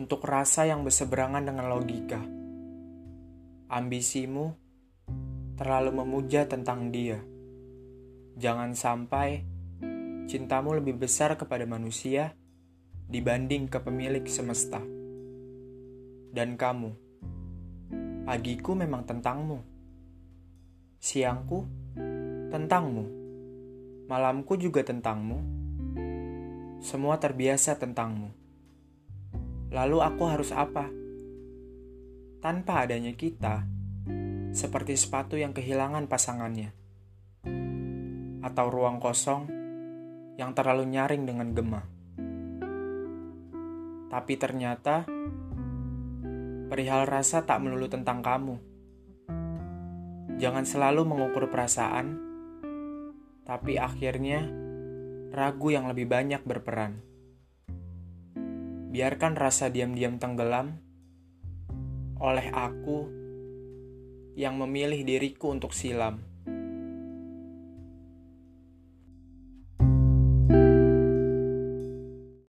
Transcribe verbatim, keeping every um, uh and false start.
untuk rasa yang berseberangan dengan logika. Ambisimu terlalu memuja tentang dia. Jangan sampai cintamu lebih besar kepada manusia dibanding ke pemilik semesta. Dan kamu, pagiku memang tentangmu, siangku tentangmu, malamku juga tentangmu, semua terbiasa tentangmu. Lalu aku harus apa? Tanpa adanya kita, seperti sepatu yang kehilangan pasangannya, atau ruang kosong yang terlalu nyaring dengan gema. Tapi ternyata, perihal rasa tak melulu tentang kamu. Jangan selalu mengukur perasaan, tapi akhirnya ragu yang lebih banyak berperan. Biarkan rasa diam-diam tenggelam oleh aku yang memilih diriku untuk silam.